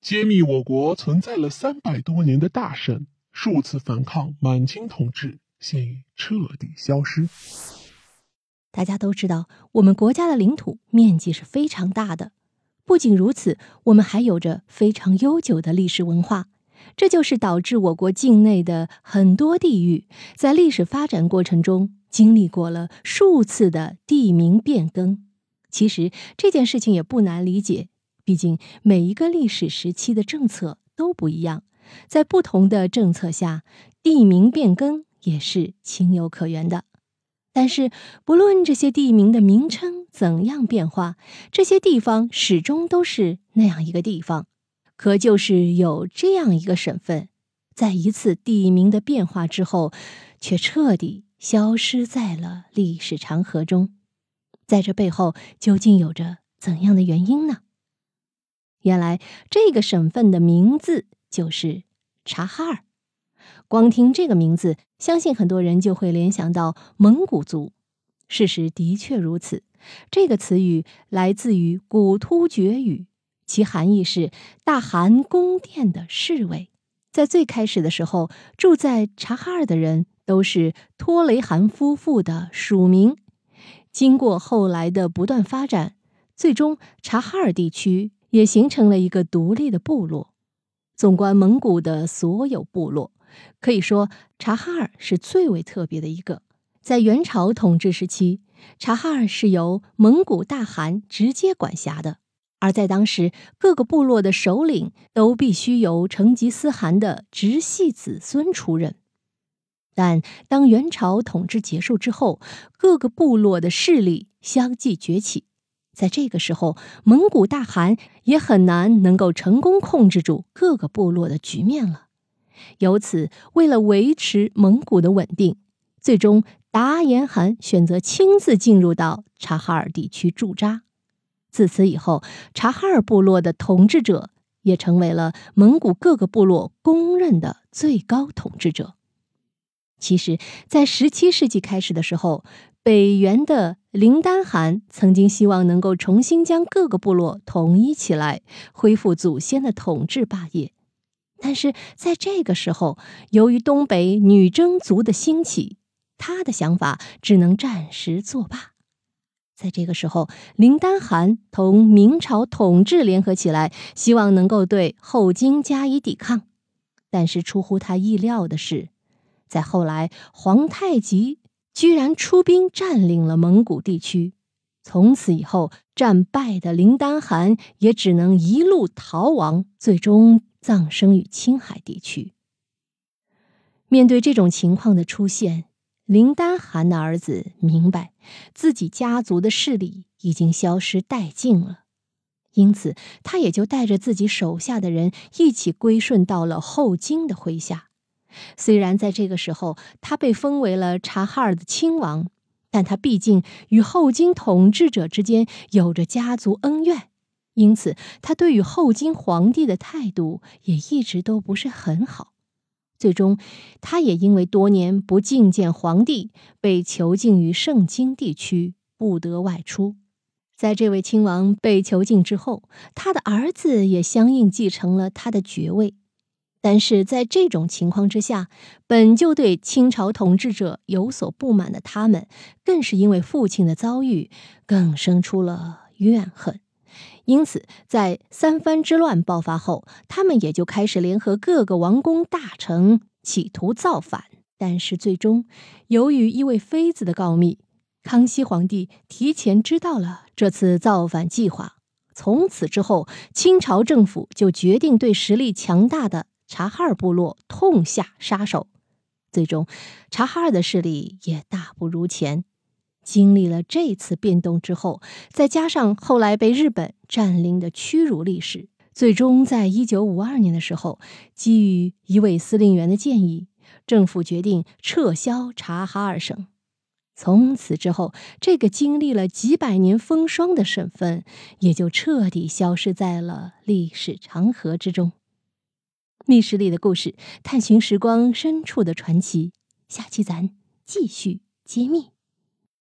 揭秘我国存在了300多年的大省，数次反抗满清统治，现已彻底消失。 大家都知道，我们国家的领土面积是非常大的。不仅如此，我们还有着非常悠久的历史文化，这就是导致我国境内的很多地域在历史发展过程中经历过了数次的地名变更。其实这件事情也不难理解，毕竟每一个历史时期的政策都不一样，在不同的政策下，地名变更也是情有可原的。但是不论这些地名的名称怎样变化，这些地方始终都是那样一个地方，可就是有这样一个省份，在一次地名的变化之后，却彻底消失在了历史长河中。在这背后究竟有着怎样的原因呢？原来这个省份的名字就是察哈尔。光听这个名字，相信很多人就会联想到蒙古族。事实的确如此，这个词语来自于古突厥语，其含义是大汗宫殿的侍卫。在最开始的时候，住在察哈尔的人都是托雷汗夫妇的属民。经过后来的不断发展，最终察哈尔地区也形成了一个独立的部落。纵观蒙古的所有部落，可以说察哈尔是最为特别的一个。在元朝统治时期，察哈尔是由蒙古大汗直接管辖的，而在当时各个部落的首领都必须由成吉思汗的直系子孙出任。但当元朝统治结束之后，各个部落的势力相继崛起，在这个时候，蒙古大汗也很难能够成功控制住各个部落的局面了。由此，为了维持蒙古的稳定，最终达延汗选择亲自进入到察哈尔地区驻扎。自此以后，察哈尔部落的统治者也成为了蒙古各个部落公认的最高统治者。其实，在17世纪开始的时候，北元的林丹汗曾经希望能够重新将各个部落统一起来，恢复祖先的统治霸业。但是在这个时候，由于东北女真族的兴起，他的想法只能暂时作罢。在这个时候，林丹汗同明朝统治联合起来，希望能够对后金加以抵抗。但是出乎他意料的是，在后来皇太极居然出兵占领了蒙古地区。从此以后，战败的林丹汗也只能一路逃亡，最终葬生于青海地区。面对这种情况的出现，林丹汗的儿子明白自己家族的势力已经消失殆尽了，因此他也就带着自己手下的人一起归顺到了后金的麾下。虽然在这个时候他被封为了察哈尔的亲王，但他毕竟与后金统治者之间有着家族恩怨，因此他对于后金皇帝的态度也一直都不是很好。最终他也因为多年不觐见皇帝，被囚禁于盛京地区，不得外出。在这位亲王被囚禁之后，他的儿子也相应继承了他的爵位。但是在这种情况之下，本就对清朝统治者有所不满的他们，更是因为父亲的遭遇，更生出了怨恨。因此在三藩之乱爆发后，他们也就开始联合各个王公大臣，企图造反。但是最终由于一位妃子的告密，康熙皇帝提前知道了这次造反计划。从此之后，清朝政府就决定对实力强大的察哈尔部落痛下杀手。最终察哈尔的势力也大不如前。经历了这次变动之后，再加上后来被日本占领的屈辱历史，最终在1952年的时候，基于一位司令员的建议，政府决定撤销察哈尔省。从此之后，这个经历了几百年风霜的省份也就彻底消失在了历史长河之中。密室里的故事，探寻时光深处的传奇，下期咱继续揭秘。